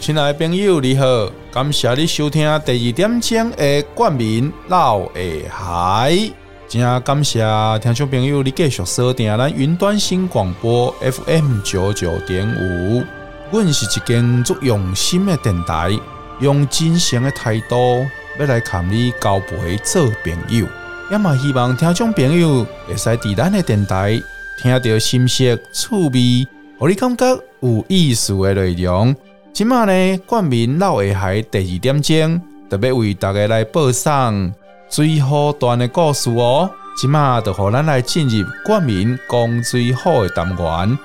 亲爱的朋友你好，感谢你收听第2点钟的冠名老的海，真感谢听众朋友你继续锁定咱云端新广播 FM99.5， 阮是一间足用心的电台，用真诚的态度要来跟你交陪做朋友，也嘛希望听众朋友会使伫咱的电台听到新鲜趣味，互你感觉有意思的内容。今仔呢，冠名老的海第2点钟，特别为大家来播送水滸段的故事哦。今仔就互咱来进入冠名讲水滸的单元。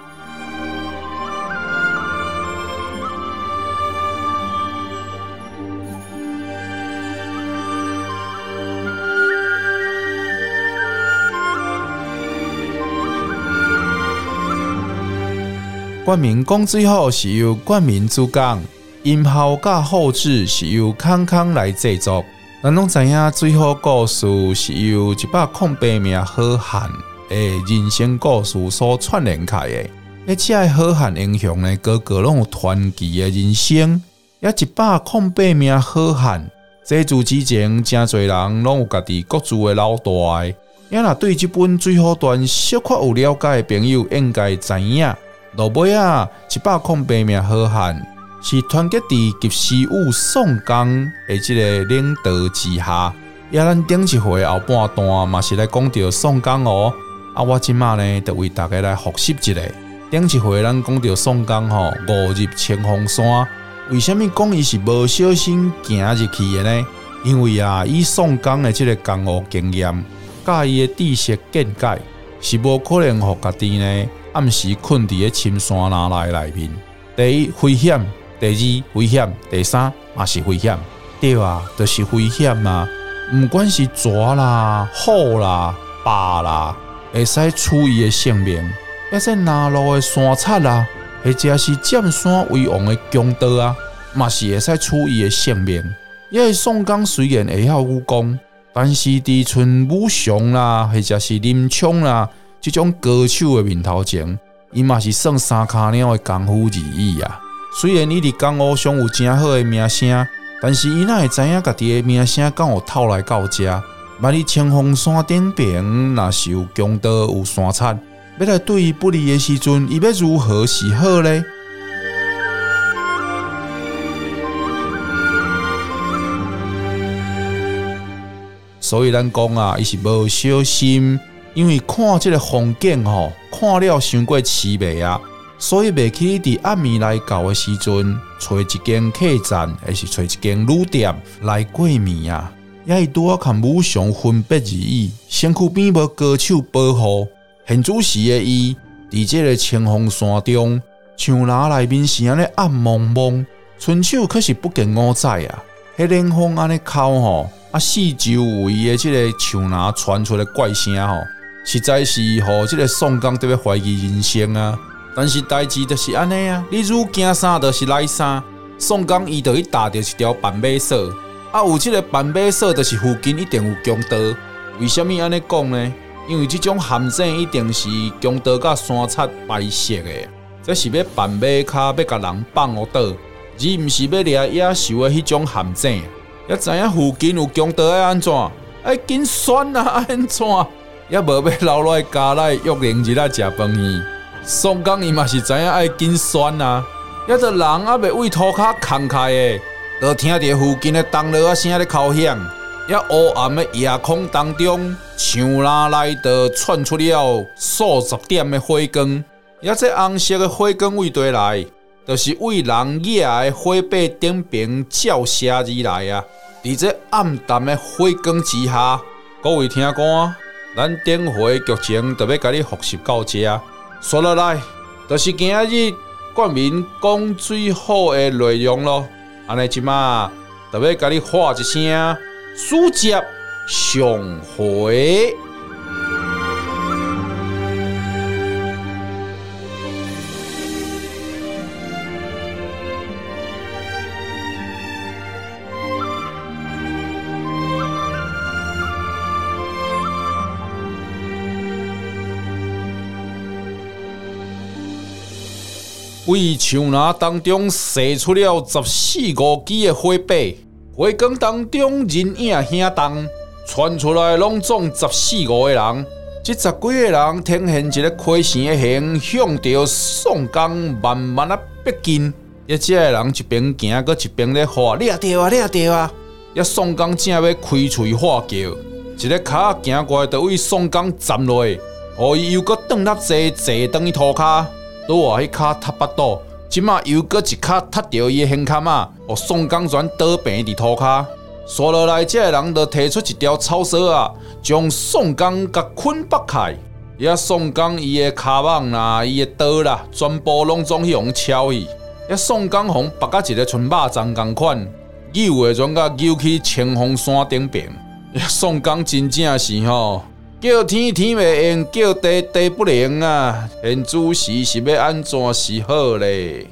冠名讲水滸是由冠名主讲，音效甲后制是由康康来制作。咱拢知影水滸故事是由108名好汉的人生故事所串联起的。而这好汉英雄呢，个个拢有传奇的人生。也108名好汉，这自之前真侪人拢有家己各自的老大。也若对这本水滸传小可有了解的朋友，应该知影。落尾啊，108名好汉是团结伫及时雨宋江的这个领导之下。也咱顶一回后半段嘛是来讲到宋江哦。我今仔呢，就为大家来复习一下。顶一回咱讲到宋江误入青峰山，为什么讲伊是无小心行入去的呢？因为以宋江的这个江湖经验，甲伊的知识见解，是无可能互家己呢暗时困伫咧深山林内面。第一危险，第2危险，第3嘛是危险。对啊，就是危险啊！不管是蛇啦、虎啦、豹啦，会使处伊的性命；也是拿路的山贼啦，或者是占山为王的强盗啊，嘛是会使处伊的性命。因为宋江虽然会晓武功，但是伫像武松啦，或者是林冲啦，这种高手的面头前，伊嘛是算3脚鸟的功夫而已啊。虽然伊伫江湖上有真好的名声，但是伊哪会知影家己的名声敢有透来到这？万一青峰山顶边若是有强盗有山贼，要来对伊不利的时阵，伊要如何是好呢？所以咱讲伊是无小心。因为看这个风景看了伤过凄美啊，所以袂起伫暗暝来到的时阵，找一间客栈，还是找一间旅店来过暝啊。也伊拄啊甲武松分别而已，身躯边无高手保护，现主时的伊伫这个青峰山中，树林内面是安尼暗蒙蒙，伸手可是不见五指啊。迄冷风安尼哭四周围的这个树林传出的怪声实在是互这个宋江特别怀疑人生啊！但是代志就是安尼啊，你愈惊啥就是来啥。宋江伊就去踏着一条绊马索，有这个绊马索就是附近一定有强盗。为什么安尼讲呢？因为这种陷阱一定是强盗甲山贼摆设的，这是要绊马脚要甲人放互倒，而毋是要掠野兽的迄种陷阱。也知影附近有强盗要安怎？要紧选啊，安怎？也无要留落家内约零日来食饭去。宋江伊嘛是知影爱紧选啊，也着人还未为涂骹空开的，就听到附近的铜锣声咧敲响。也黑暗的夜空当中，树林内就窜出了数十点的火光。也这红色的火光为对来，就是为人野的火把顶边照射而来啊！伫这暗淡的火光之下，各位听官。咱顶回剧情就要甲你复习到这，说落来就是今日冠名讲水滸的内容咯。安尼即马就要甲你喊一声书接上回。 为树林当中射出了14-15支的火把，火光当中人影响动，传出来拢总14-15个人。这10几个人呈现一个亏线的形，向着宋江慢慢逼近。这个人一边行，搁一边咧喊：掠着啊，掠着啊！宋江正要开嘴喊叫，一个脚行过来，就为宋江站落，互伊又搁转落坐转去涂骹，倒下迄骹踢巴肚，即马又搁一骹踢着伊的胸坎啊，互宋江全倒平伫涂骹。刷落来，这个人就提出一条草绳啊，将宋江甲捆绑开。宋江伊的骹网啦，伊的刀啦，全部拢总去互敲去。宋江互绑甲一个像肉粽共款，扭的全甲扭去青峰山顶边。宋江真正是吼，叫天天袂应，叫地地不灵啊！现主时是要安怎是好咧？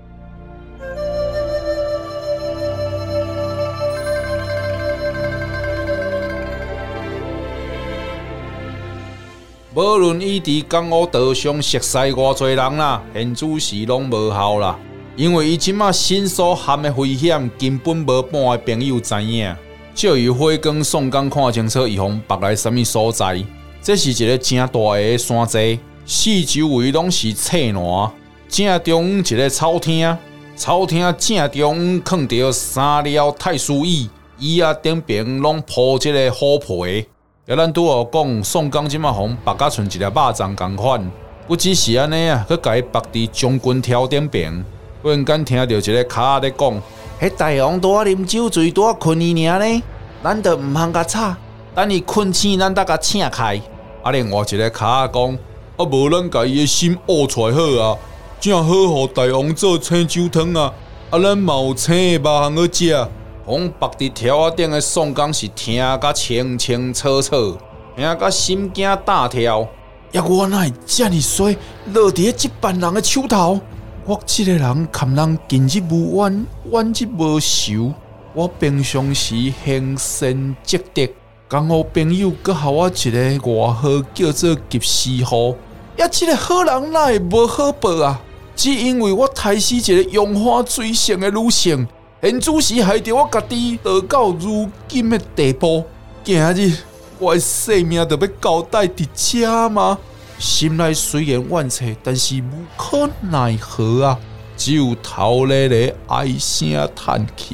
无论伊伫江湖道上熟识偌侪人啦，现主时拢无效啦，因为伊即马身所含的危险，根本无半个朋友知影。借由火光，宋江看清楚伊方绑来什么所在。这是一个正大个山脊，四周围拢是翠楠，正中一个草厅，草厅正中放着3条太师椅，椅仔顶边拢铺一个虎皮。咱拄好讲，宋江即马互绑甲像一粒肉粽共款，不只是安尼啊，佮伊绑伫将军条顶边。忽然间听到一个卡仔咧讲：“迄大王拄仔啉酒醉，拄仔困伊尔呢，咱着毋通甲吵，等伊困醒，咱再甲请开。”另外一个卡仔讲：“无咱甲伊的心挖出来好啊，正好互大王做青酒汤啊，咱嘛有青的肉项好食。”红绑伫条仔顶的宋江是听甲清清楚楚，听甲心惊胆跳。原来遮尔衰，落伫即班人的手头。我即个人堪人近日无冤，冤日无仇。我平常时行善积德，刚好朋友佮互我一个外号叫做及时雨。即个好人哪会无好报啊？只因为我杀死一个用花水性的女性。现主时害着我家己落到如今的地步，今日我的性命就要交代伫遮吗？心内虽然怨切，但是无可奈何啊！只有头咧咧唉声叹气。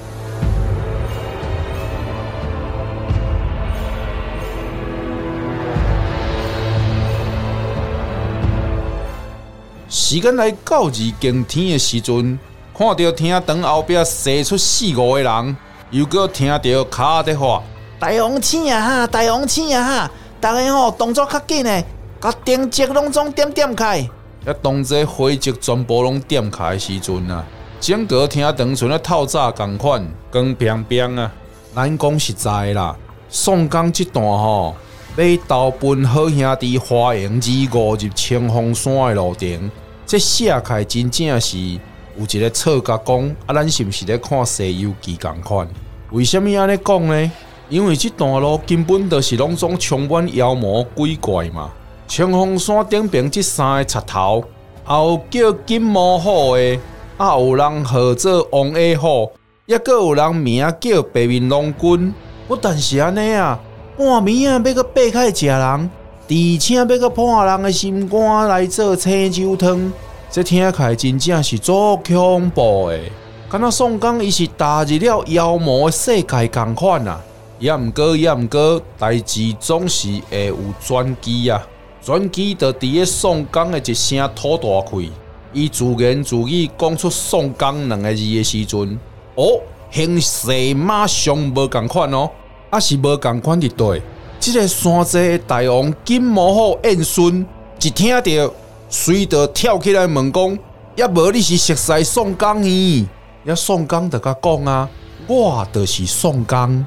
时间来到日经天的时阵。看到厅堂后壁射出4-5个人，又搁听到卡在喊：“大王醒啊哈！大王醒啊哈！大家吼动作较紧诶，甲电击拢总点开。”当这火烛全部拢点开的时阵啊，整个厅堂像咧透早共款，光冰冰啊。咱讲实在啦，宋江这段吼，要投奔好兄弟花营5入青峰山的路程，这写开真正是。有一个错甲讲，咱是毋是咧看《西游记》共款？为什么安尼讲呢？因为这段路根本就是拢总充满妖魔鬼怪嘛。青峰山顶边这3个贼头，也有叫金毛虎的，有人号做王A虎，也阁有人名叫白面龙君。不但是安尼啊，半暝啊要阁爬开食人，而且要阁破人的心肝来做青酒汤。这听起来真正是足恐怖的，敢若宋江伊是踏入了妖魔的世界共款啊！也毋过，代志总是会有转机啊！转机就伫个宋江的一声吐大气，伊自言自语讲出宋江2个字的时阵，形势马上无共款哦，是无共款的对。这个山寨的大王金毛虎燕孙一听到。随着跳起来问讲，也无你是熟悉宋江呢？宋江就甲讲啊，我就是宋江。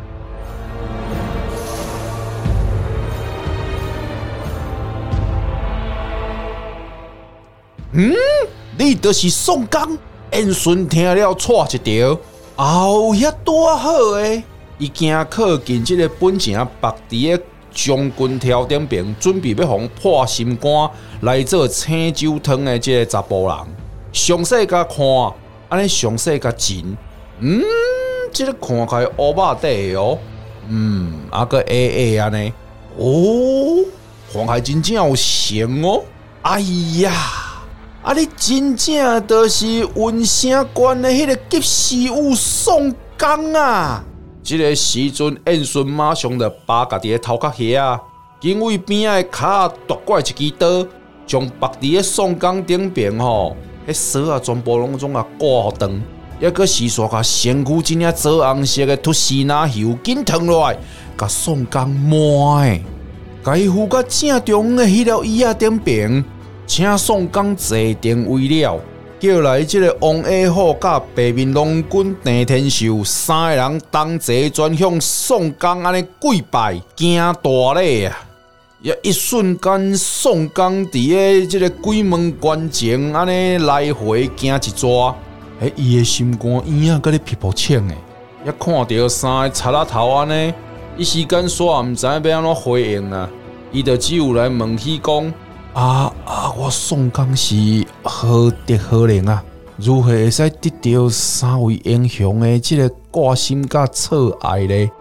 你就是宋江？燕孙听了错一条，遐多好诶！伊行靠近这个本城绑伫个将军条顶边，准备要互破心肝来做青州汤的这个查甫人。详细甲看，安尼详细甲真，这个看起来乌肉底哦，个A 安尼，看起来真正有型哦。哎呀，你真正就是文声关的迄个急事务宋江啊！这个时阵，燕顺马上就把家己的头壳下，警卫边仔的骹夺过来一支刀，将绑伫个宋江顶边迄锁啊全部拢啊挂互断，抑个时煞甲身躯真正紫红色的脱丝拿油紧烫落来，甲宋江摸的，甲伊扶到正中的迄条椅仔顶边，请宋江坐定位了。叫来这个王A虎甲白面龙君郑天寿三个人同齐转向宋江安尼跪拜行大礼啊！也一瞬间，宋江伫个这个鬼门关前安尼来回行一抓，伊的心肝圆啊，甲咧皮肤青诶，也看到三个贼仔头安尼，一时间煞毋知要安怎回应啊！伊就只有来问起讲。我宋江是何德何能啊？如何会使得到三位英雄的这个挂心甲错爱呢？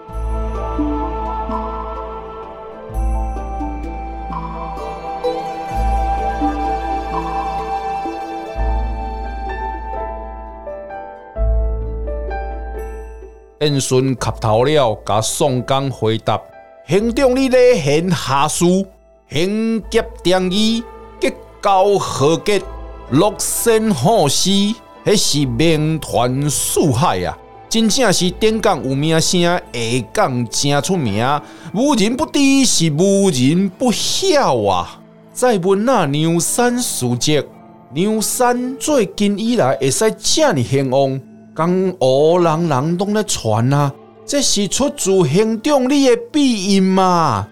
燕顺磕头了，甲宋江回答：兄长你礼贤下士。行劫定义，结交豪杰，乐善好施，迄是名传四海啊！真正是顶港有名声，下港真出名。无人不知，是无人不晓啊！再问梁山事迹，梁山最近以来会使这么兴旺，江湖人人拢咧传啊！这是出自兄长你的秘音嘛？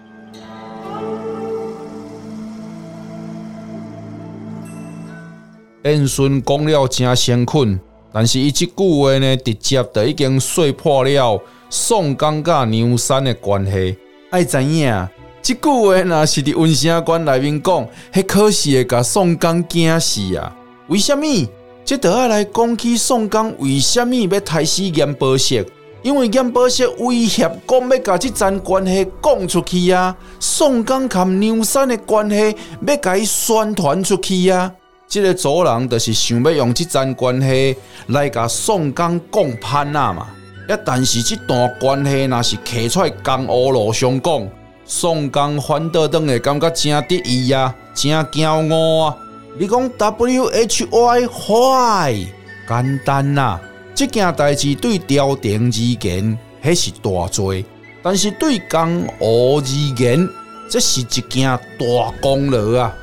燕顺讲了真诚恳，但是伊这句话呢，直接就已经说破了宋江甲梁山的关系。爱知影，这句话若是伫温声关内面讲，迄可是会甲宋江惊死啊！为什么？这就要来讲起宋江为什么要杀死严伯识？因为严伯识威胁讲要甲这层关系讲出去啊！宋江甲梁山的关系要甲伊宣传出去啊！这个族人就是想要用这层关系来甲宋江讲攀啊嘛，但是这段关系若是摕出来江湖路上讲，宋江反倒转会感觉真得意啊，真骄傲啊！你讲 WHY why 简单啦，这件代志对朝廷而言，迄是大罪，但是对江湖而言，这是一件大功劳啊！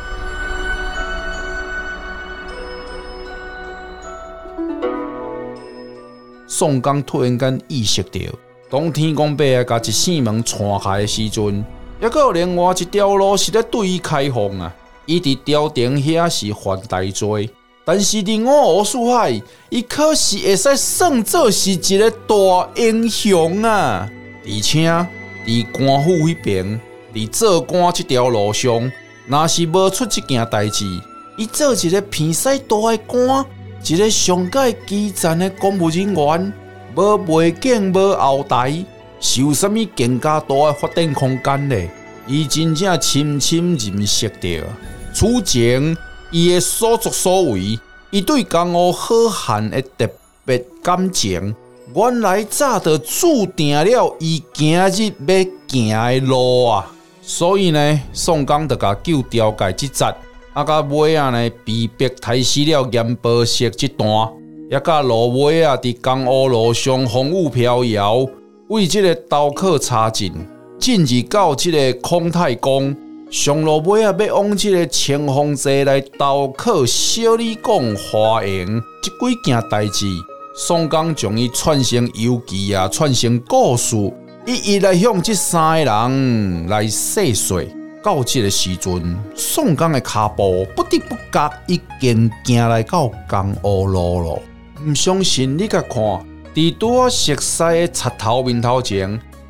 宋江突然间意识到，当天公伯啊，甲一扇门敞开的时阵，还有另外一条路是咧对伊开放啊。伊伫朝廷遐是犯大罪，但是伫五湖四海，伊可是会使算作是一个大英雄啊！而且伫官府迄边，伫做官这条路上，若是无出这件代志，伊做一个偏使大的官。一个上界基层的公务人员，无背景，无后台，是有啥物更加大的发展空间呢？伊真正深深认识到，此前伊的所作所为，伊对江湖好汉的特别感情，原来早就注定了伊今日要行的路啊！所以呢，宋江就甲救条界这节。甲尾啊呢，被迫杀死了严伯识这段，也甲落尾啊，伫江湖路上风雨飘摇，为这个刀客插进，进入到这个孔太公，上落尾啊，要往这个清风寨来刀客小李讲花园，这几件代志，宋江将伊串成游记啊，串成故事，一一来向这三个人来细说。到这个时阵，宋江的脚步不知不觉已经行来到江湖路了。唔相信你甲看，伫拄啊熟悉的贼头面头前，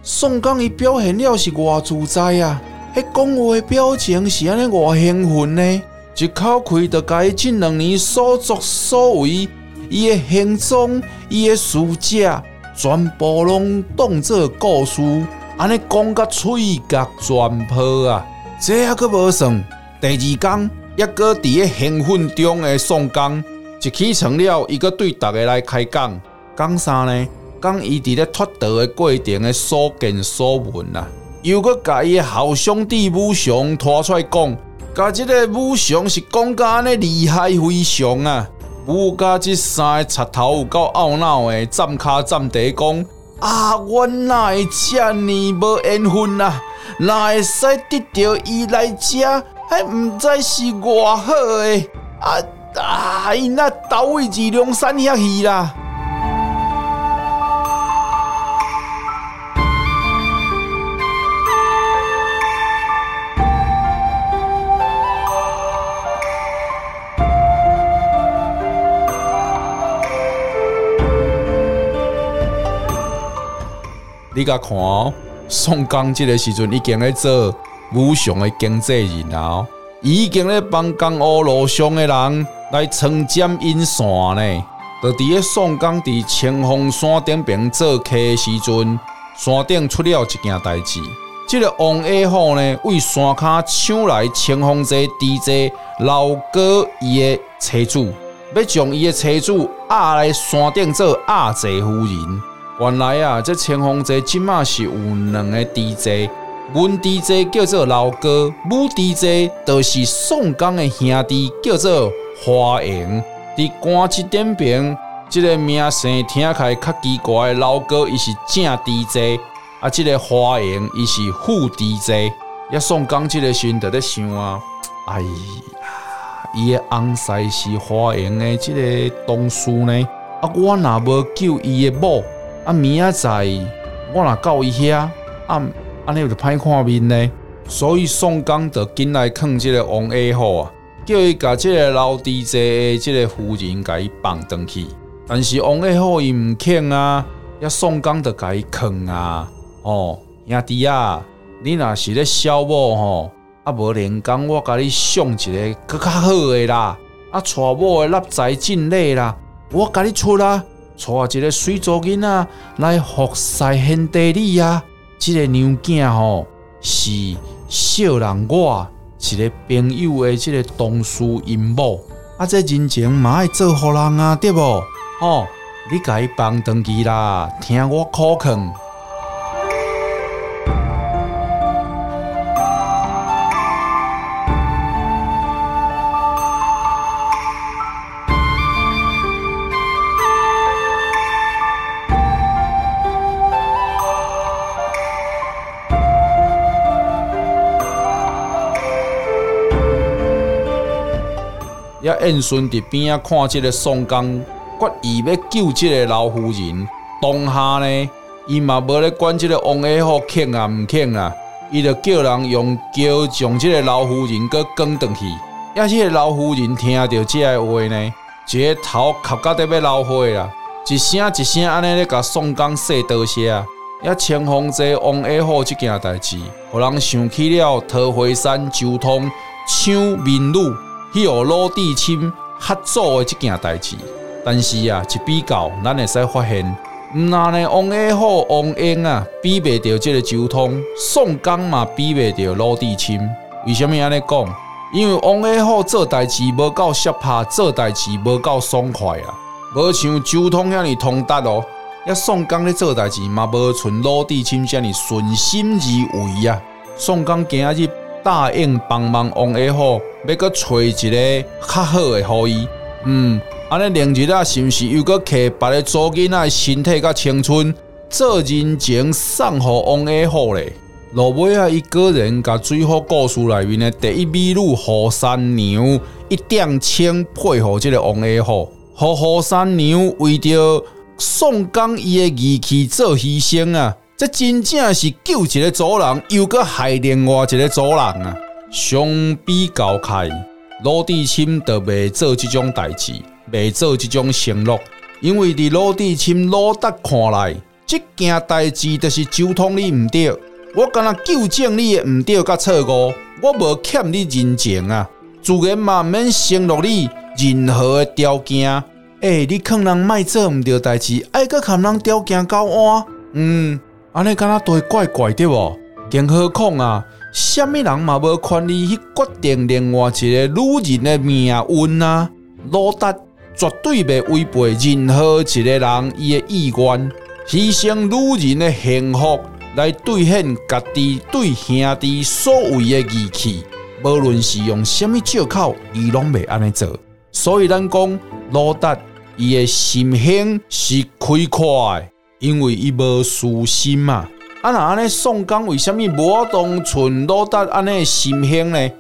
宋江伊表现了是偌自在啊！迄讲话的表情是安尼偌兴奋呢？一口气就甲伊这2年所作所为，伊的行踪、伊的事迹，全部拢当作故事，安尼讲甲嘴角全破啊！这还阁无算，第2天抑阁伫咧兴奋中的宋江，一起床了，伊阁对大家来开讲，讲啥呢？讲伊伫咧脱逃的过程的所见所闻啊，又阁甲伊的好兄弟武松拖出来讲，甲即个武松是讲甲安尼厉害非常啊！武甲即3个贼头有够懊恼的，站骹站地讲啊，阮哪会遮尔无缘分啊？哪会使得到伊来遮？还毋知是偌好诶！伊那投位至梁山遐去啦！你甲看哦，宋江这个时阵已经咧做武松的经纪人啊，已经咧帮江湖路上的人来撑尖引线呢。就伫咧宋江伫清风山顶边做客的时阵，山顶出了一件代志。这个王阿虎呢，为山骹抢来清风寨DJ老哥伊的妻子，要将伊的妻子押来山顶做押济夫人。原来啊，这清风寨即马是有2个 DJ， 文 DJ 叫做老哥，武 DJ 就是宋江的兄弟，叫做花荣。伫官职顶边，这个名声听起来较奇怪的老哥，伊是正 DJ， 啊，这个花荣伊是副 DJ。呀，宋江这个时阵就咧想啊，哎呀，伊的翁婿是花荣的这个同事呢，啊，我若无救伊的某。明仔载我若到伊遐，安尼就歹看面呢。所以宋江就紧来劝这个王阿虎啊，叫伊甲这个老 DJ 的这个夫人甲伊放回去。但是王阿虎伊唔肯啊，呀宋江就甲伊劝啊，兄弟啊，你若是咧小某吼，无连讲我甲你送一个更较好的啦，娶某的纳财进礼啦，我甲你出啦。带一个水族囡仔来服侍献地礼啊！这个娘囝吼是小人我一个朋友的这个同事因某，这人情嘛爱做互人啊，对无？你甲伊放回去啦，听我苦劝。燕顺伫边仔看这个宋江决意要救这个老夫人，当下呢，伊嘛无咧管这个王阿虎肯啊唔肯啊，伊就叫人用桥将这个老夫人搁赶回去。也这个老夫人听到这个话呢，一个头磕到得要流血啦，一声一声安尼咧甲宋江说多谢。也清风寨王阿虎这件代志，互人想起了桃花山周通抢民女。去互罗地钦合作的这件代志，但是啊，一比较，咱会使发现，毋但呢王阿虎、王英啊比袂着这个周通，宋江嘛比袂着罗地钦。为什么安尼讲？因为王阿虎做代志无够适拍，做代志无够爽快啊，无像周通遐尼通达哦。也宋江咧做代志嘛无像罗地钦遮尼顺心而为啊。宋江今仔日答应帮忙王阿虎。要搁找一个较好的予伊，安尼连日啊，是毋是又搁摕别个祖囡仔身体甲青春做人情送互王阿虎咧？落尾啊，伊个人甲水滸故事内面的第一美女何三娘一点请配合这个王阿虎，互何三娘为着宋江伊的义气做牺牲啊！这真正是救一个族人，又搁害另外一个族人啊！相比较开，罗地钦就袂做这种代志，袂做这种承诺，因为伫罗地钦罗达看来， 这件代志就是周通你唔对，我敢若纠正你的唔对甲错误，我无欠你人情啊，自然嘛免承诺你任何的条件。你劝人莫做唔对代志，爱阁含人条件交换，安尼敢若都会怪怪对无？更何况啊，什么人嘛无权利去决定另外一个女人的命运啊？罗达绝对袂违背任何一个人伊的意愿，牺牲女人的幸福来兑现家己对兄弟所谓的义气。无论是用什么借口，伊拢袂安尼做。所以咱讲罗达伊的心胸是开阔的，因为伊无私心嘛。若安尼，宋江为什么无当像罗达安尼的心胸呢？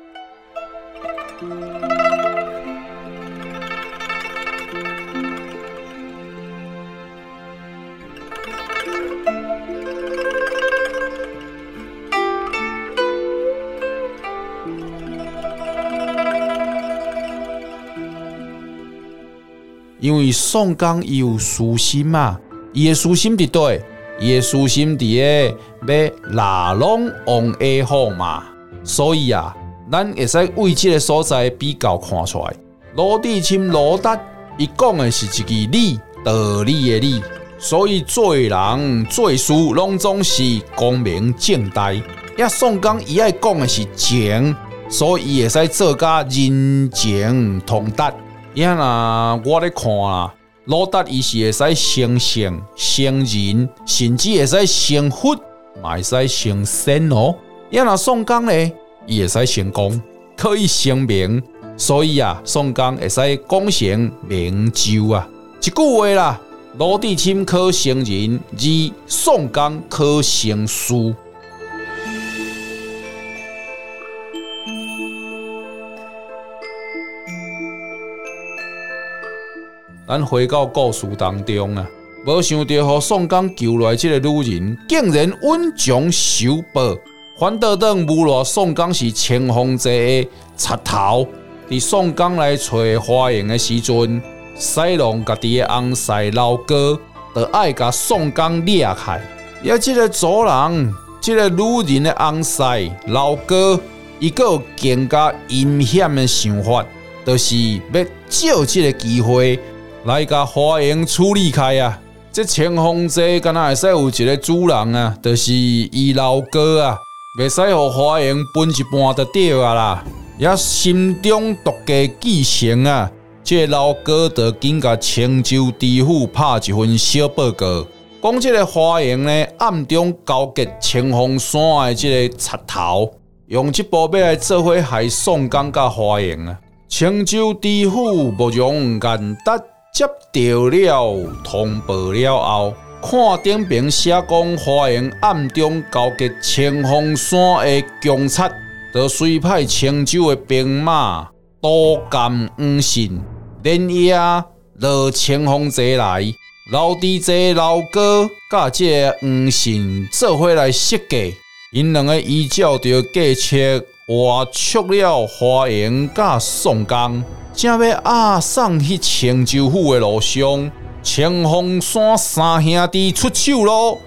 因为宋江伊有私心嘛，伊的私心伫对，伊的私心伫个要拉拢王家好嘛，所以啊，咱会使为这个所在比较看出来，罗智深罗达伊讲的是一支理，道理的理，所以做人做事拢总是光明正大。宋江伊爱讲的是情，所以伊会使做甲人情通达。我咧看啊，罗达伊是会使成圣、成仁，甚至会使成佛，嘛会使成仙哦。宋江咧，伊会使成功，可以成名，所以啊，宋江会使功成名就啊。一句话啦，罗智深可成仁，而宋江可成事。咱回到故事当中啊，无想到互宋江救来这个女人，竟然恩将仇报，反倒当侮辱宋江是青风寨的贼头。伫宋江来找花营的时阵，西龙家己的翁婿老哥，就爱甲宋江掠害。这个主人，这个女人的翁婿老哥，伊个有更加阴险的想法，就是要借这个机会来甲花营处理开啊！这青风寨敢若会使有一个主人啊，就是伊老哥啊，袂使互花营分一半就对啊啦！也心中独家继承啊，这个老哥就紧甲青州知府拍一份小报告，讲这个花营呢暗中勾结青风山的这个贼头，用这部要来做伙害宋江甲花营啊！青州知府无容颜达接到了通报了后，看顶边写讲花营暗中勾结青风山的强贼，就随派青州的兵马多监黄信连夜落青风寨来，老弟这老哥甲这个黄信做伙来设计，因两个依照着计策画出了花营甲宋江。正要送去青州府的路上，青风山三兄弟出手咯。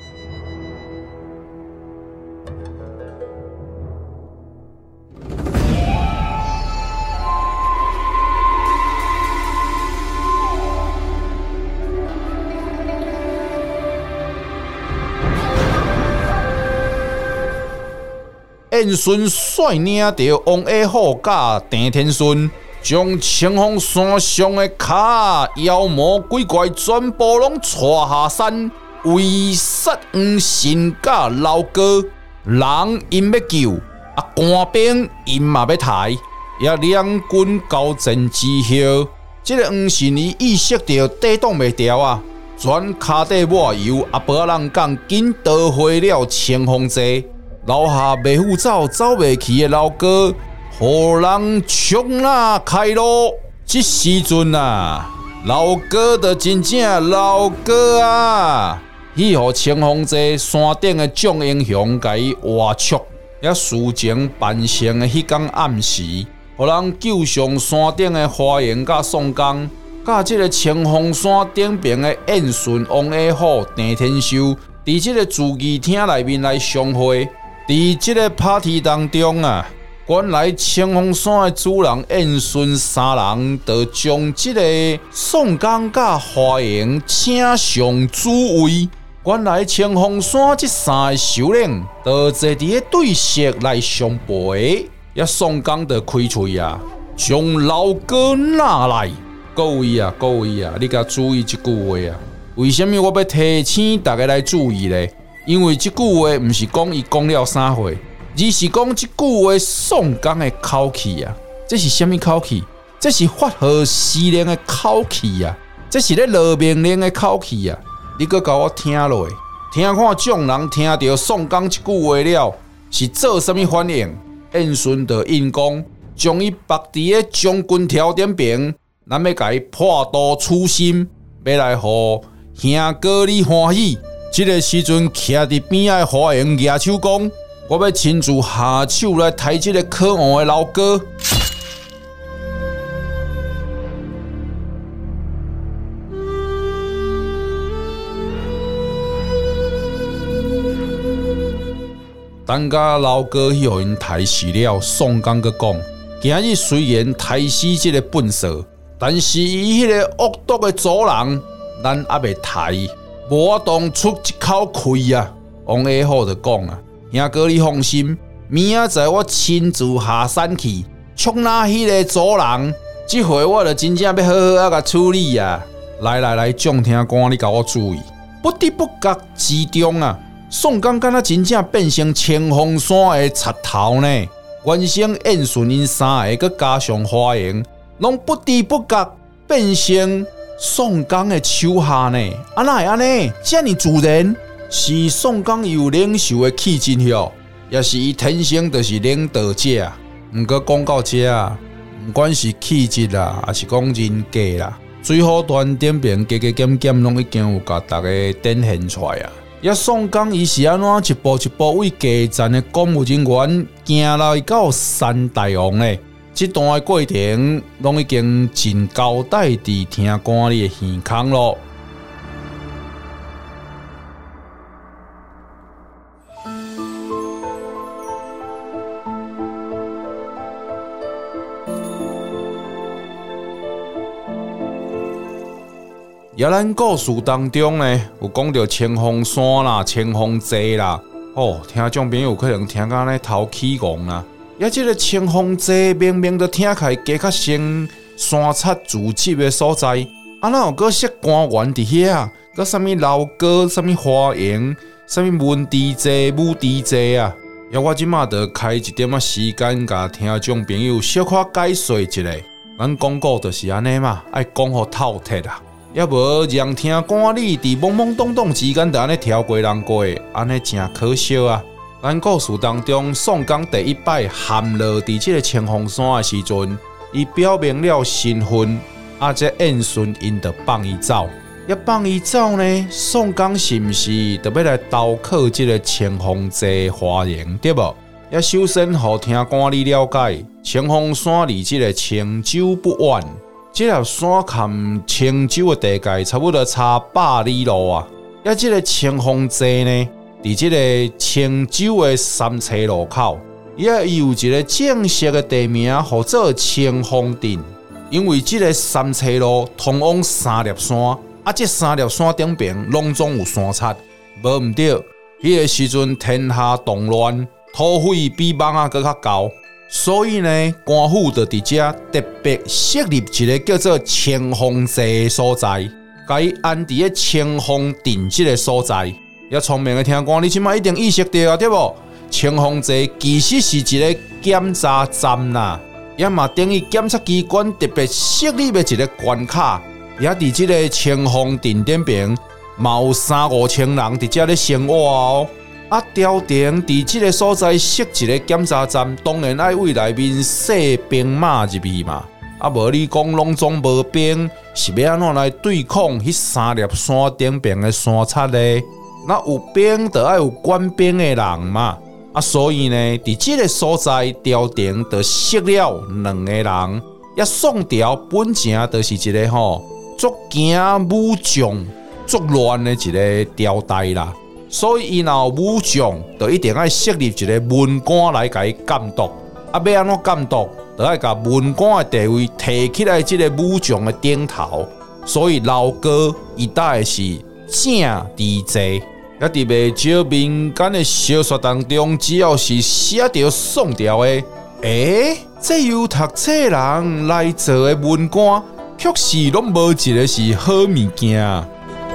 燕顺率领着王家虎甲陈天顺，将青风山上的卡妖魔鬼怪全部拢带下山，为杀黄信甲老哥。人因要救，官兵因嘛要抬，也两军交战之后，这个黄信伊意识到抵挡袂牢啊，全脚底抹油，无人讲紧逃回了青风寨。留下袂赴走袂去的老哥，互人冲啊开路。这时阵啊，老哥就真正老哥啊，去互青风寨山顶的众英雄甲伊挖出。也事情办成的迄天暗时，互人救上山顶的花营甲宋江，甲这个青风山顶边的燕顺、王家虎、陈天寿， 伫即个自议厅内面来相会。伫即个 party 当中啊，原来青峰山的主人燕顺三人就将即个宋江甲花荣请上主位。原来青峰山这三个首领就坐伫个对席来相陪，也宋江就开喙啊，将老哥拿来。各位啊，你甲注意这句话啊！为什么我要提醒大家来注意呢？因为这句话不是讲伊讲了啥话，而是讲这句话宋江的口气啊！这是什么口气？这是发号施令的口气啊！这是咧落命令的口气啊！你搁甲我听落，听看众人听到宋江这句话了，是做什么反应？燕顺就应讲，将伊绑伫个将军条顶边。咱要甲伊破刀处心，要来互兄哥你欢喜。这个时阵，徛伫边仔花荣举手讲：“我要亲自下手来抬这个可恶的老哥。”等甲老哥去互因抬死了，宋江阁讲：“今日虽然抬死这个笨蛇。”但是伊迄个恶毒的主人，咱还未抬，无法当出一口气啊！王阿虎就讲啊，兄哥你放心，明仔载我亲自下山去，捉拿迄个主人。这回我就真正要好好甲处理啊！来，众听官你甲我注意，不知不觉之中啊，宋江敢若真正变成青峰山的贼头呢。原先燕顺因三个，佮加上花荣。拢不知不觉变成宋江的手下呢？哪会安尼？这么自然？是宋江有领袖的气质哟，也是伊天生就是领导者。毋过讲到这啊，不管是气质啦，还是讲人格啦，水滸传顶边加减拢已经有甲大家展现出来啊。也宋江伊是安怎一步一步为家战的公务人员行来到山大王呢？这段的过程，拢已经真交代伫听官里的耳孔咯。也咱故事当中呢，有讲到青峰山啦、青峰街啦，听众朋友有可能听到咧头起戆啊。也即个青峰街明明都听起来加较像山贼聚集的所在，哪有搁设官员伫遐啊？搁啥物老哥、啥物花荣、啥物文治街、武治街啊？也我即马就开一点时间，甲听众朋友小可解说一下。咱广告就是安尼嘛，爱讲互透彻啊，也无让听官你伫懵懵懂懂之间就安尼跳过人过，安尼真可惜啊！咱故事当中，宋江第一摆陷落伫即个青峰山的时阵，伊表明了身份，这燕顺因就放伊走。一放伊走呢，宋江是毋是就要来刀刻即个青峰街花荣，对无？也首先互听官你了解，青峰山离即个青州不远，即条山坎青州的地界差不多差100里路啊。也即个青峰街呢？伫即个青州的三车路口，也有一个正式的地名，叫做青峰镇。因为即个三车路通往三粒山，这三粒山顶边拢总有山贼，无毋对。迄个时阵天下动乱，土匪比蠓仔搁较高，所以呢，官府就伫遮特别设立一个叫做青峰街的所在，甲伊安伫个青峰镇即个所在。也聪明的听官，你即摆一定意识到啊，对无？青峰街其实是一个检查站啦，也嘛等于检察机关特别设立的一个关卡。也伫即个青峰镇顶边，嘛有3-5千人伫遮咧生活哦。朝廷伫即个所在设一个检查站，当然爱为内面设兵马入去嘛。无你讲拢总无兵，是要安怎来对抗迄3粒山顶边的山贼咧？那有兵就要有管兵的人嘛，所以呢，伫即个所在，朝廷就设了2个人。也宋朝本正就是一个足惊武将、足乱的一个朝代啦。 所以伊若有武将，就一定要设立一个文官来甲伊监督。啊，要安怎监督，就要甲文官的地位提起来，这个武将的顶头。所以老歌伊带的是正治制。也伫未少民间的小说当中，只要是写着宋朝的，这有读册人来做的文官，确实拢无一个是好物件。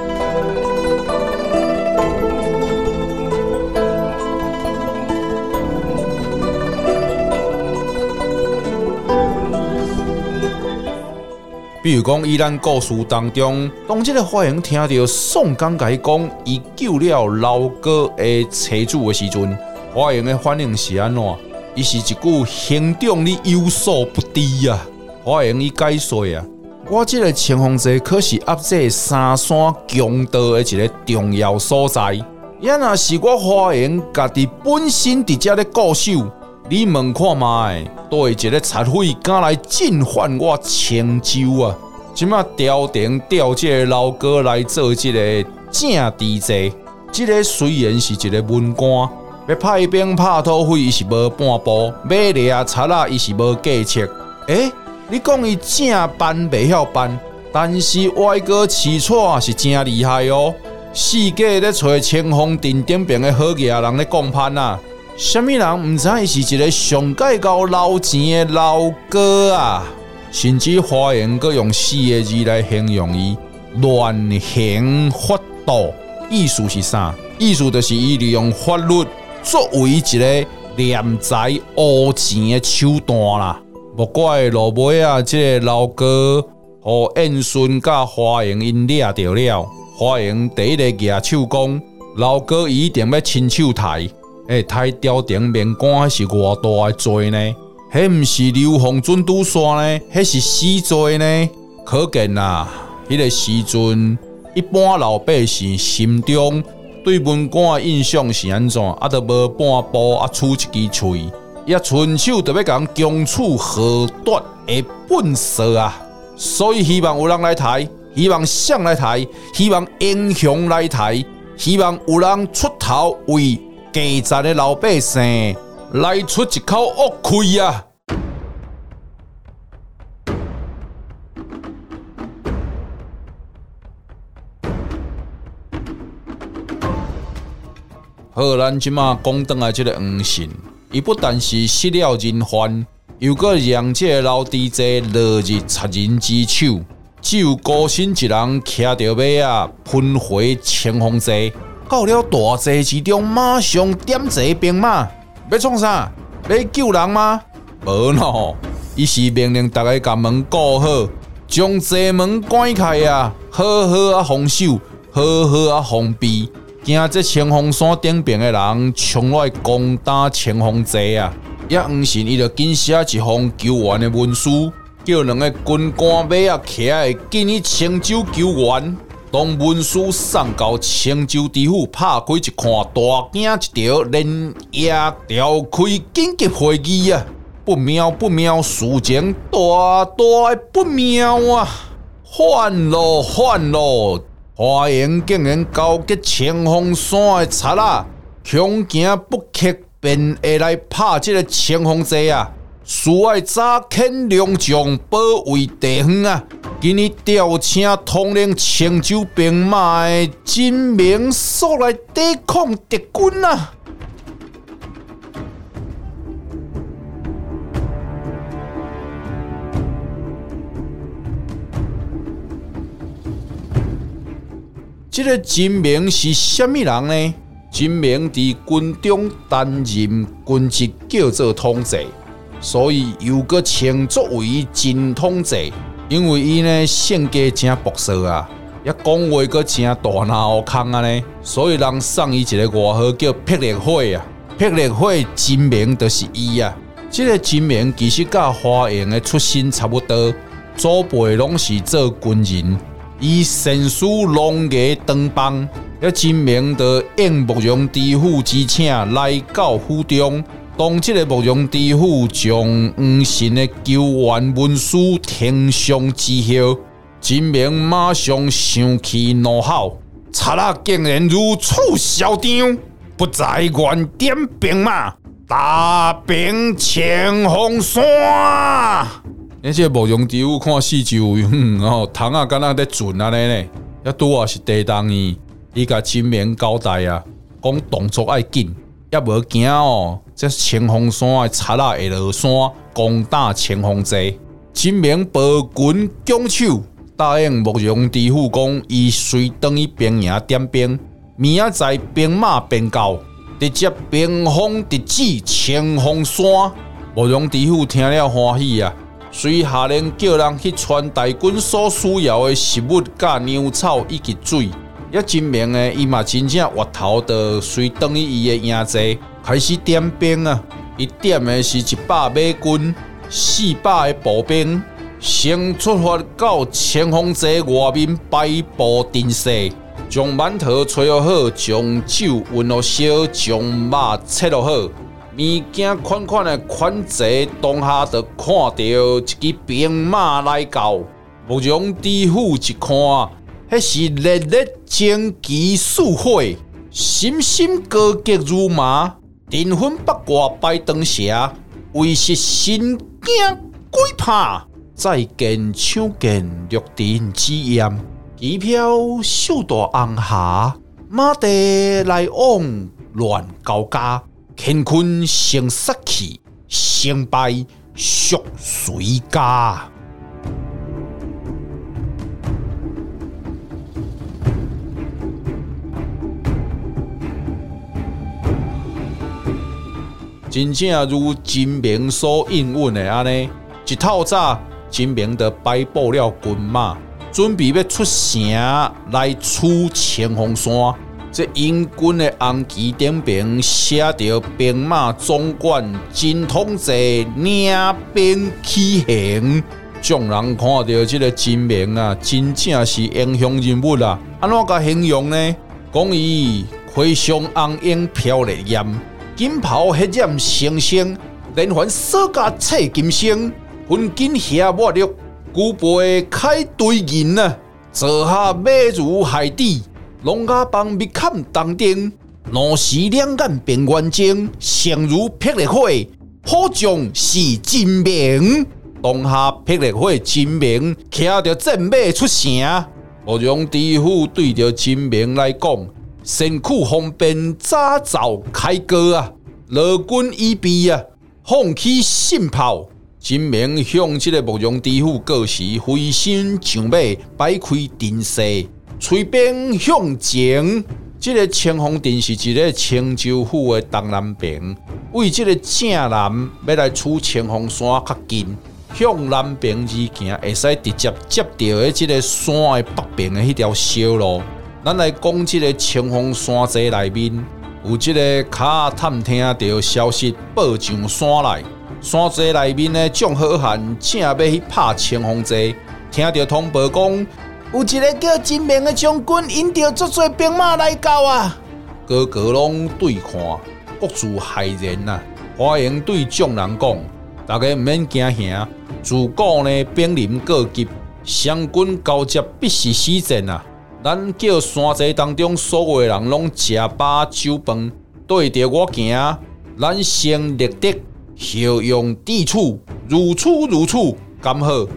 比如讲，以咱故事当中，当这个花荣听到宋江甲伊讲，伊救了老哥的妻子的时阵，花荣的反应是安怎？伊是一句兄长你有所不知啊！花荣伊解说啊，我这个青红寺可是压制三山强盗的一个重要所在。也若是我花荣家己本身伫遮咧固守，你问看卖，对一个贼匪敢来进犯我青州啊？即马朝廷调这个老哥来做这个正治制，这个虽然是一个文官，要派兵拍土匪伊是无半步，要掠贼仔伊是无计策。你讲伊正办袂晓办，但是歪哥起错是真厉害哦。四界咧找青红镇顶边的好野人咧讲判啊！什么人唔知伊是一个上介高捞钱的老哥啊？甚至花言阁用4个字来形容伊：乱行法度。意思是啥？意思就是伊利用法律作为一个敛财污钱的手段啦。莫怪落尾啊，这个老哥互燕顺甲花言因掠着了。花言第一个举手讲，老哥一定要亲手抬。太朝廷面官是偌大的罪呢？迄毋是刘洪准拄煞呢？迄是死罪呢？可见啊，迄个时阵，一般老百姓心中对文官的印象是安怎？都无半步出一支喙，也伸手就要甲人强取河奪的本色啊！所以希望有人来抬，希望谁来抬，希望英雄来抬，希望有人出头为基层的老百姓来出一口恶气啊！好，咱即马讲倒来，这个黄信，伊不但是失了人寰，又搁让这个老弟仔落入贼人之手，只有孤身一人骑着马啊，喷回青红寺。到了大寨之中，马上点齐兵马，要创啥？要救人吗？无喏，伊是命令大家把门顾好，将寨门关开啊，好好防守，好好防备。惊这青红山顶边的人冲来攻打青红寨啊！也黄信伊就紧写一封救援的文书，叫2个军官马啊骑来紧去青州救援。当文书送到青州知府，拍开一看，大惊一条，连夜召开紧急会议啊！不妙不妙，事情大大的不妙啊！反咯反咯！花言竟然交给青红山的贼仔，强行不克便会来拍这个青红寨啊！需要早遣良将保卫地方啊！今日调请统领青州兵马的金明所来抵抗敌军啊！这个金明是什么人呢？金明在军中担任军职，叫做统制，所以又搁称作为金统制。因为伊呢性格真朴素啊，也讲话搁真大脑壳啊呢，所以人送伊一个外号叫霹雳火啊。霹雳火金明就是伊啊。这个金明其实甲花荣的出身差不多，祖辈拢是做军人。以神书龙牙当帮，一金明的应慕容知府之请来到府中。当这个慕容知府将黄信的救援文书呈上之后，金明马上生气怒吼： 贼仔竟然如此嚣张，不在原点兵马，大兵前锋山。那些慕容知府看四周围，虫啊，敢若在转安尼呢。也拄啊是地动呢，伊甲金明交代啊，讲动作爱紧，也无惊哦。这前锋山的贼仔会落山，攻打前锋寨。金明抱拳拱手，答应慕容知府讲，伊随转去兵营点兵，明仔载兵马便到，直接兵锋直指前锋山。慕容知府听了欢喜啊！随下令叫人去传大军所需要的食物、甲粮草以及水。也真明的，伊嘛真正挖头的随转去伊的营寨，开始点兵啊！伊点的是100马军、400个步兵，先出发到前锋寨外面摆布阵势，将馒头吹好，将酒温落烧，将肉切落好。物件款款的款齐，当下就看到一支兵马来到。慕容知府一看，迄是烈烈旌旗似火，心心高洁如麻，阵风八卦摆长蛇，为是神惊鬼怕。再见抢见绿林之焰，旗飘小大红霞，马蹄来往乱交加。乾坤成杀气，成败属随家。真正如金明所应允的安尼，一透早，金明就摆布了军马，准备要出城来取前锋山。这英军的红旗顶边写着“兵马总管金统制领兵起行”，众人看到这个金明啊，真正是英雄人物啊！安怎甲形容呢？讲伊盔上红缨飘烈焰，金袍血染星星，连环锁甲刺金星，分金霞墨绿，举杯开对银啊！坐下美如海底。龙牙棒密砍当顶，怒视两眼变圆睛，声如霹雳火，好将是金明。当下霹雳火金明骑着战马出城，慕容知府对着金明来讲，身躯方便早早开歌啊，罗军已备啊，放起信炮。金明向这个慕容知府告示，飞身上马，摆开阵势。催兵向前，这个前锋阵是一个青州府的东南边，为这个正南要来取前锋山较近，向南边而行，会使直接接到的这个山的北边的迄条小路。咱来讲这个前锋山寨内面，有这个卡探听到消息报上山来，山寨内面的众好汉正要去拍前锋寨，听到通报讲。有一个叫金明的将军，引着足多兵马来到啊！个个拢对看，各自骇然啊！花英对众人讲：大家毋免惊吓，自古呢兵临过急，双军交接必是死战啊！咱叫山寨当中所有的人拢食饱酒饭，对着我行，咱先立德，效用地处，如此如此，刚好。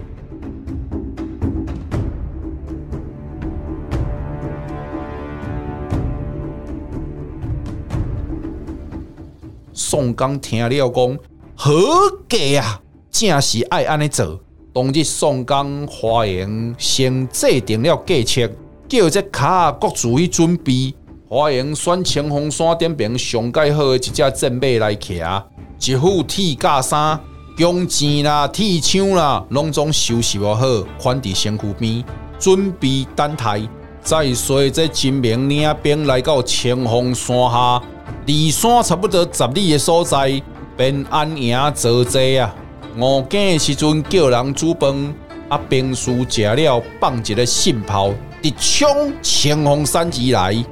宋刚听了讲，好价啊，正是爱安尼做。当日宋刚花营先制定了计策，叫这卡各自去准备。花营选前锋山顶边上盖好的一只战马来骑，一副铁甲衫、弓箭啦、铁枪啦，拢总收拾好，款伫身躯边，准备等待。再随这金明领兵来到前锋山下。离山差不多10里的所在，便安营坐坐啊。午间的时阵，叫人煮饭，兵士食了，放一个信炮，直冲前锋山而来。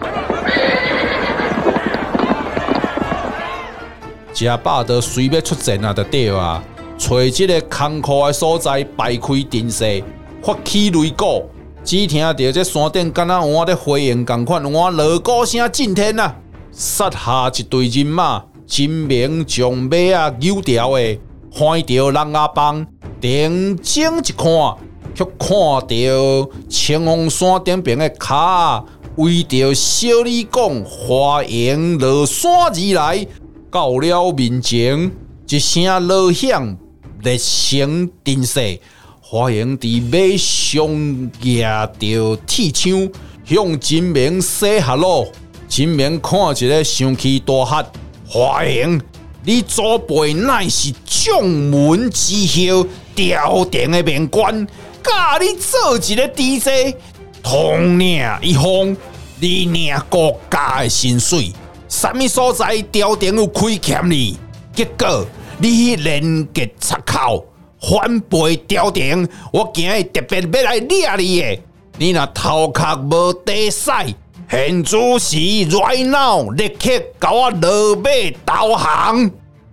食饱就随要出战啊，就对啊。找一个空旷的所在，摆开阵势，发起擂鼓， 只听到这山顶敢若换在飞鹰同款，换锣鼓声震天啊！杀下一队人马，真明将马啊扭掉的，看到人阿帮，定睛一看，却看到青峰山顶边的脚为着小李讲花营落山而来，到了面前，一声锣响，热声震世。花营伫马上夹着铁枪，向真明射下落。真明看一个生气大喝：花营，你祖辈乃是将门之后朝廷的命官，教你做一个知识，统领一方，你领国家的薪水。什么所在朝廷有亏欠你？结果你连结插口。反背朝廷，我今日特别要来抓你的。你若头壳无地使，现主是 right now 立刻甲我落马投降。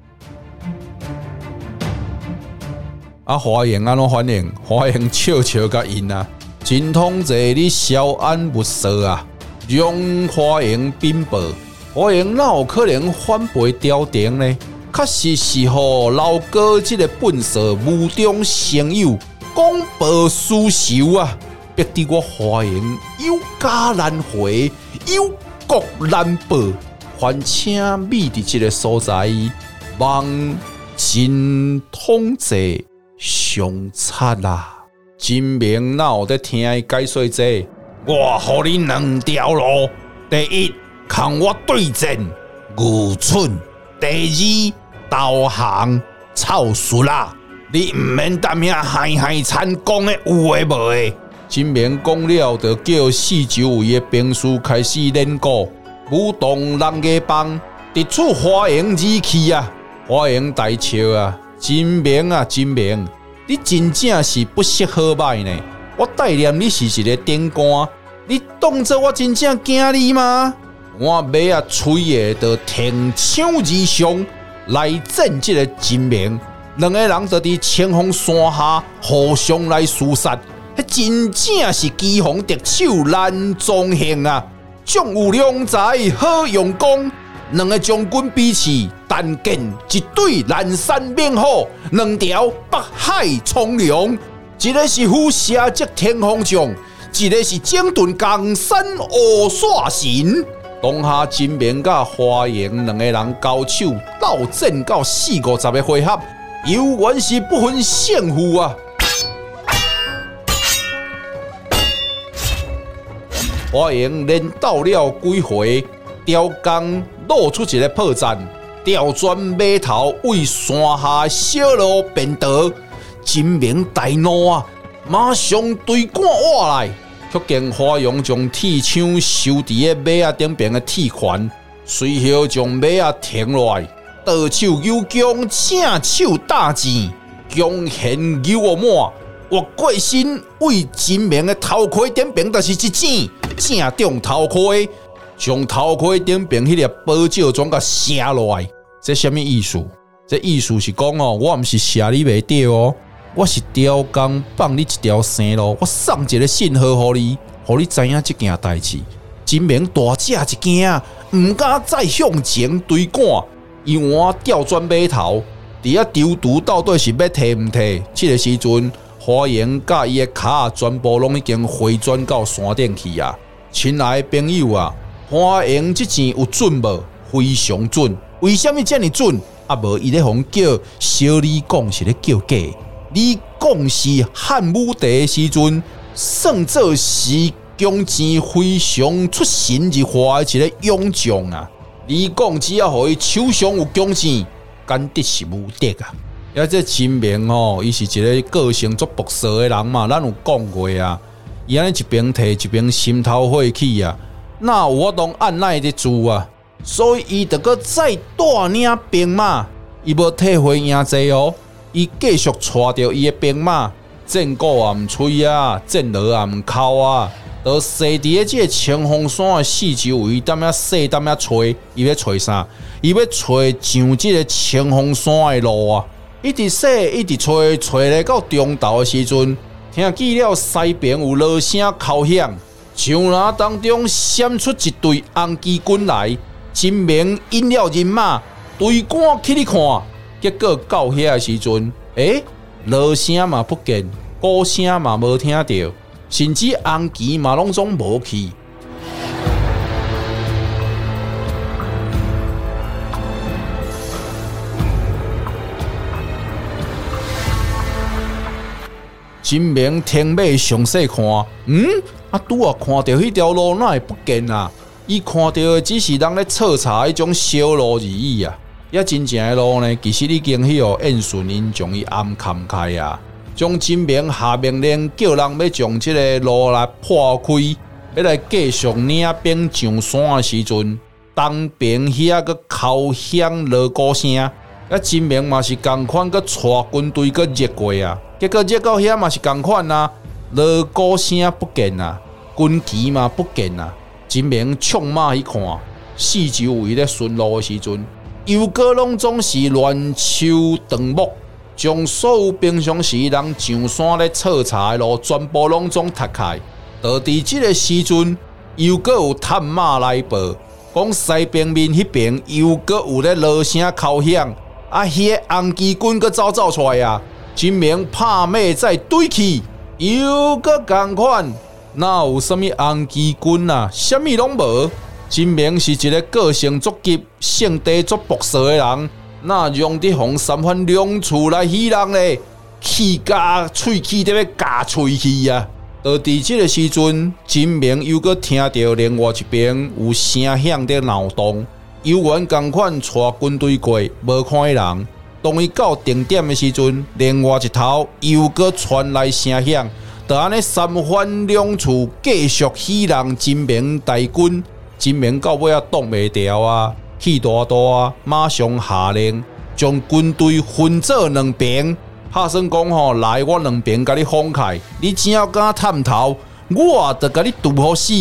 啊，花营安怎反应？花营笑笑甲因啊，真通济你稍安勿躁啊，让花营禀报。花营哪有可能反背朝廷呢？确实是互老哥这个本色无中生有，公报私仇啊！逼得我花营有家难回，有国难报，还请秘伫这个所在，望真统济上策啊！真明哪有在听伊解说这？我互你两条路：第一，跟我对战，愚蠢；第二。投降草率啦！你唔免担遐害害惨讲的有诶无诶。真明讲了，就叫四周围的兵士开始练鼓，舞动人家帮，直出花营之气啊！花营大笑啊！真明啊，真明，你真正是不识好歹呢！我带念你是一个顶官，你当作我真正惊你吗？我马啊吹的就挺枪而上。来战这个真明，两个人就伫青峰山下互相来厮杀，迄真正是机锋敌手难中兴啊！将有良才，好用功。两个将军彼此但见一对南山猛虎，两条北海苍龙。一个是虎射击天风将，一个是整顿江山乌煞神。当下真明甲花营两个人交手斗战到40-50个回合，犹原是不分胜负啊！花营连斗了几回，雕工露出一个破绽，调转马头为山下小路变道。真明大怒啊，马上对赶挖来。却见花勇将铁枪收伫个马仔顶边的铁环，随后将马仔停落来，倒手有弓，正手打箭，弓弦有我满，我过身为真明的头盔顶边就是一箭，正中头盔，将头盔顶边迄粒宝石装甲射落来。这什么意思？这意思是讲哦，我毋是射你袂着哦。我是雕工放你一条生路，我送一个信号互你，互你知影这件代志。真明大只一惊，唔敢再向前追赶，伊换调转马头，伫遐丢毒到底是要摕唔摕？这个时阵，花营甲伊的脚全部拢已经回转到山顶去啊！亲爱的朋友啊，花营这箭有准无？非常准。为什么这么准？啊无伊咧互叫小李讲是咧叫假。你讲是汉武帝的时阵，算作是弓箭非常出神入化的一个勇将啊！你讲只要互伊手上有弓箭，简直是无敌啊！也这真明哦，伊是一个个性足毒舌的人嘛，咱有讲过啊。伊安尼一边提一边心头火气啊，哪有我当按捺得住啊？所以伊得个再带领兵马，伊无退回赢济哦。伊继续带着伊的兵马，战鼓也毋吹啊，战锣也毋敲啊，就踅伫个这个青峰山的四周围，踮遐踅踮遐找，伊要找啥？伊要找上这个青峰山的路啊！一直踅，一直找，找咧到中昼的时阵， 听见了西边有锣声敲响，树林当中闪出一队红旗军来。金明引了人马，队赶起去看，结果到遐的时阵，锣声嘛不见，鼓声嘛无听到，甚至红旗嘛拢总无去。金明停马详细看，拄啊看到迄条路哪会不见啊？伊看到的只是人咧彻查迄种小路而已啊！也真正的路呢，其实已经燕顺因将伊暗砍开啊，将金明下命令叫人要将这个路来破开，要来继续领兵上山的时阵，东边遐个敲响锣鼓声，啊金明嘛是共款个带军队个入过啊。结果入到遐嘛是共款啊，锣鼓声不见啊，军旗嘛不见啊。金明冲马去看，四周围咧巡逻的时阵，游哥拢总是乱抽长木，将所有平常时人上山咧彻查的路全部拢总拆开。就伫这个时阵，又阁有探马来报，讲西边面迄边又阁有咧锣声敲响，迄个红旗军阁走出来啊！金明拍马再对去，又阁同款，哪有啥物红旗军啊？啥物拢无。金明是一个个性足急、性地足薄俗的人，哪用得红三番两处来戏人咧？气甲喙齿得要夹喙齿啊！就伫这个时阵，金明又阁听到另外一边有声响在闹动，犹原同款带军队过，无看的人。当伊到定点的时阵，另外一头又阁传来声响，就安尼三番两处继续戏人金明大军。金明到尾啊挡袂牢啊，气大大啊，马上下令将军队分做两边，拍算讲吼，来我两边甲你放开，你只要敢探头，我就甲你屠好死。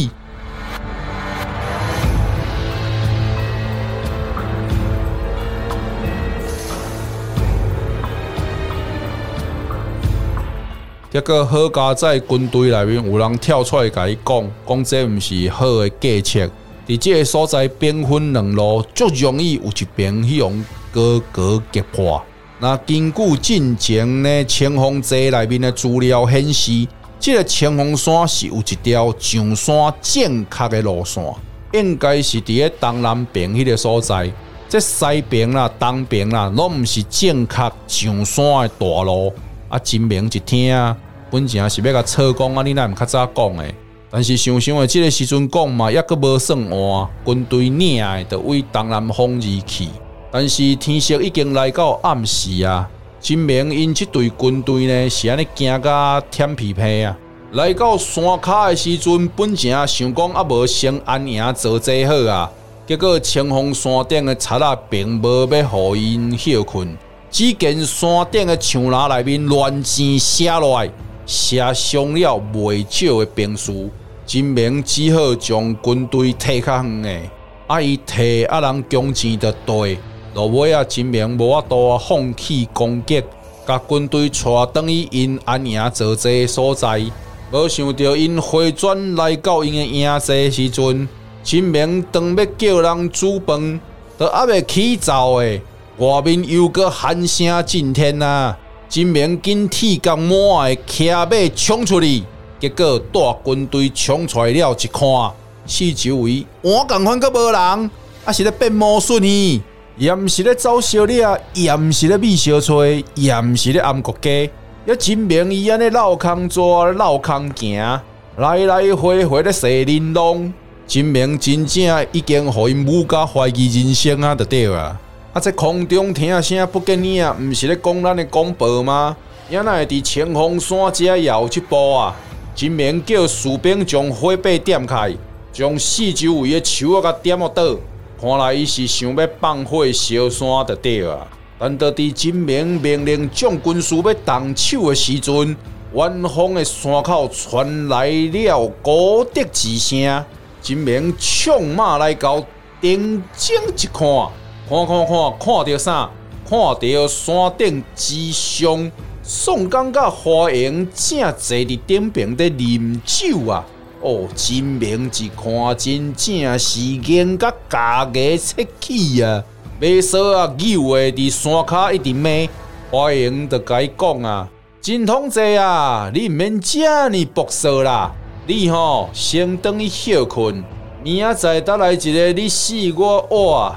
结果好佳在军队内面有人跳出来甲伊讲这毋是好的计策。伫这个所在兵分两路，足容易有一边去用高击破。那根据进前呢清风节内面的资料显示，这个清风山是有一条上山正确的路线，应该是伫咧东南边迄个所在。这西边啦、东边啦，拢毋是正确上山的大路。金明一听啊，本正是要甲错讲啊，你哪毋较早讲诶？但是想想诶，这个时阵讲嘛，抑阁无算晚，军队领诶，就为东南方而去。但是天色已经来到暗时啊，金明因这队军队呢是安尼行甲舔皮皮啊。来到山骹诶时阵，本正想讲啊无先安营做这好啊，结果清风山顶诶贼仔并无要互因休困。只见山顶的树林内面乱箭射落来，射伤了袂少的兵士。金明只好将军队退较远的，伊退人弓箭就对。落尾金明无法度放弃攻击，甲军队带转去因安营坐坐的所在。无想到因回转来到因的营坐时阵，金明当要叫人煮饭，都还未起灶的。外面又阁喊声震天啊！金明紧铁甲满的骑马冲出去，结果大军队冲出来了一看，四周围换共款阁无人，是咧变魔术呢？也毋是咧走小掠，也毋是咧觅小吹，也毋是咧暗国家。金明伊安尼绕空走，绕空行，来来回回咧踅玲珑。金明真正已经互因母甲怀疑人生啊，就对啊！在空中听声不见影，毋是咧讲咱的广播吗？也哪会伫清风山遮也有一步啊？金明叫士兵将火把点开，将四周围的树仔甲点落倒。看来伊是想要放火烧山就对啊。但就伫金明命令将军士要动手的时阵，远方的山口传来了高笛之声。金明冲马来到，定睛一看。看到啥？看到山顶之上宋江甲花荣正坐伫顶边在啉酒啊！哦，真明一看真正是眼甲家己切起啊！马嫂啊，扭的伫山骹一直骂，花荣就甲伊讲啊：真同志啊，你毋免遮尔博说啦，你吼先转去休困，明仔载倒来一个你死我活。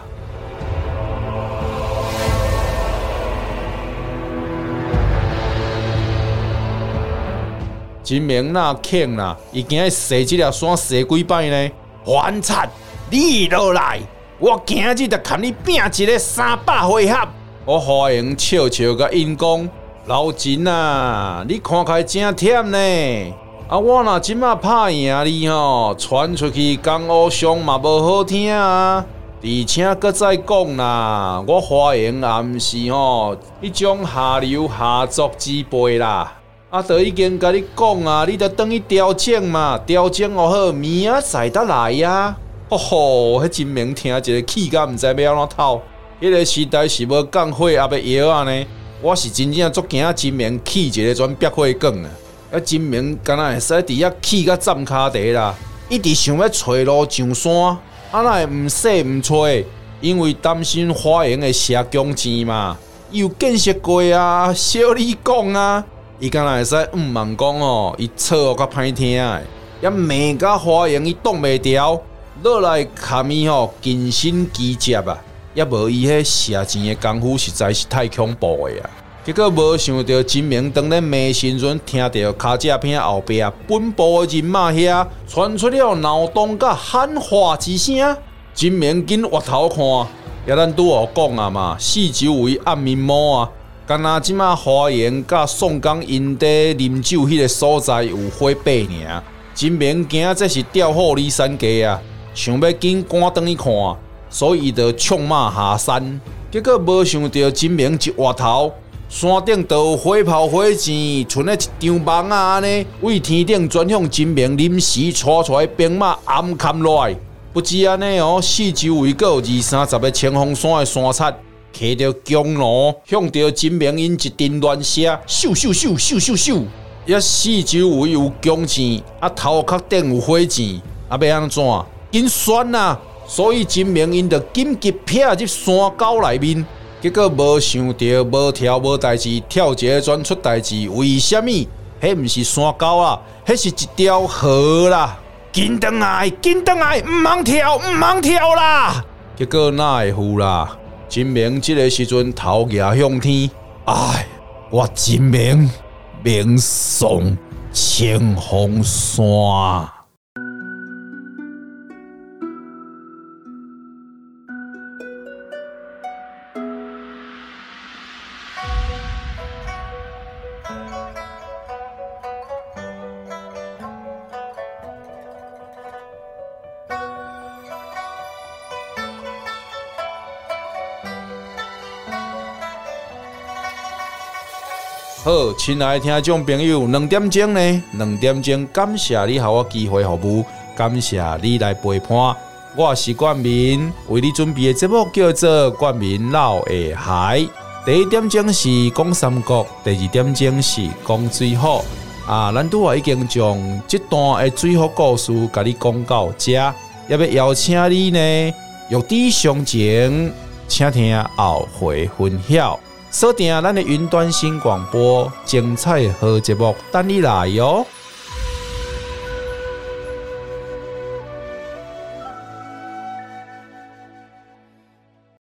真明那强啦，伊今日射这条线射几摆呢？反贼，你落来，我今日就看你拼一个300回合。我花荣笑笑甲因讲：老真啊，你看起来真忝呢。啊，我若即马拍赢你吼，传出去江湖上嘛无好听啊。而且搁再讲啦，我花荣也毋是吼迄种下流下作之辈啦。啊，都已经甲你讲啊，你得等去调整嘛，调整好好，明仔载才来呀。吼吼，迄真明听一个气甲毋知要安怎透。迄个时代是无降火也要药啊呢。我是真正足惊真明起一个全憋火管啊！啊，真明敢若会使伫遐起甲站骹地啦，一直想要找路上山，啊哪会毋说毋找？因为担心花荣会射弓箭嘛，有见识过啊，小你讲啊。伊敢若会使忙讲哦，伊错哦较歹听诶，也骂甲花荣伊挡袂牢，落来砍伊吼近身机接啊，也无伊迄射箭诶功夫实在是太恐怖诶啊！结果无想到真明当咧骂时阵，听到卡车片后壁奔波诶人马遐传出了闹动甲喊话之声，真明紧回头看，也咱拄有讲啊嘛，四周围暗面幕啊。干那即马花荣甲宋江因伫啉酒迄个所在有火把尔，真明惊这是调虎离山计啊！想要紧赶转去看，所以伊就冲马下山。结果无想到真明一回头，山顶都有火炮火箭，剩咧一张网啊安尼，为天顶转向真明临时带出来兵马暗砍落来。不止安尼哦，四周围阁有20-30个青峰山的山贼。骑着弓弩，向着真明因一阵乱射，咻咻咻咻咻咻，也四周围有弓箭，啊头壳顶有火箭，啊要安怎？紧选啊！所以真明因就紧急撇入山沟内面，结果无想到无跳无代志，跳一个转出代志。为什么？迄毋是山沟啊，迄是一条河啦！紧转来，紧转来，唔通跳，唔通跳啦！结果哪会负啦？真明这个时阵头仰向天，哎，我真明名送青峰山。好，亲爱的听众朋友，2点钟呢？2点钟，感谢你给我机会服务，感谢你来陪伴。我是冠民，为你准备的节目叫做《冠民老的海》。第1点钟是讲三国，第2点钟是讲水滸。咱拄已经将这段的水滸故事甲你讲到这，也要邀请你呢，玉帝详情，请听后回分晓。锁定咱的云端新广播，精彩好节目等你来哟！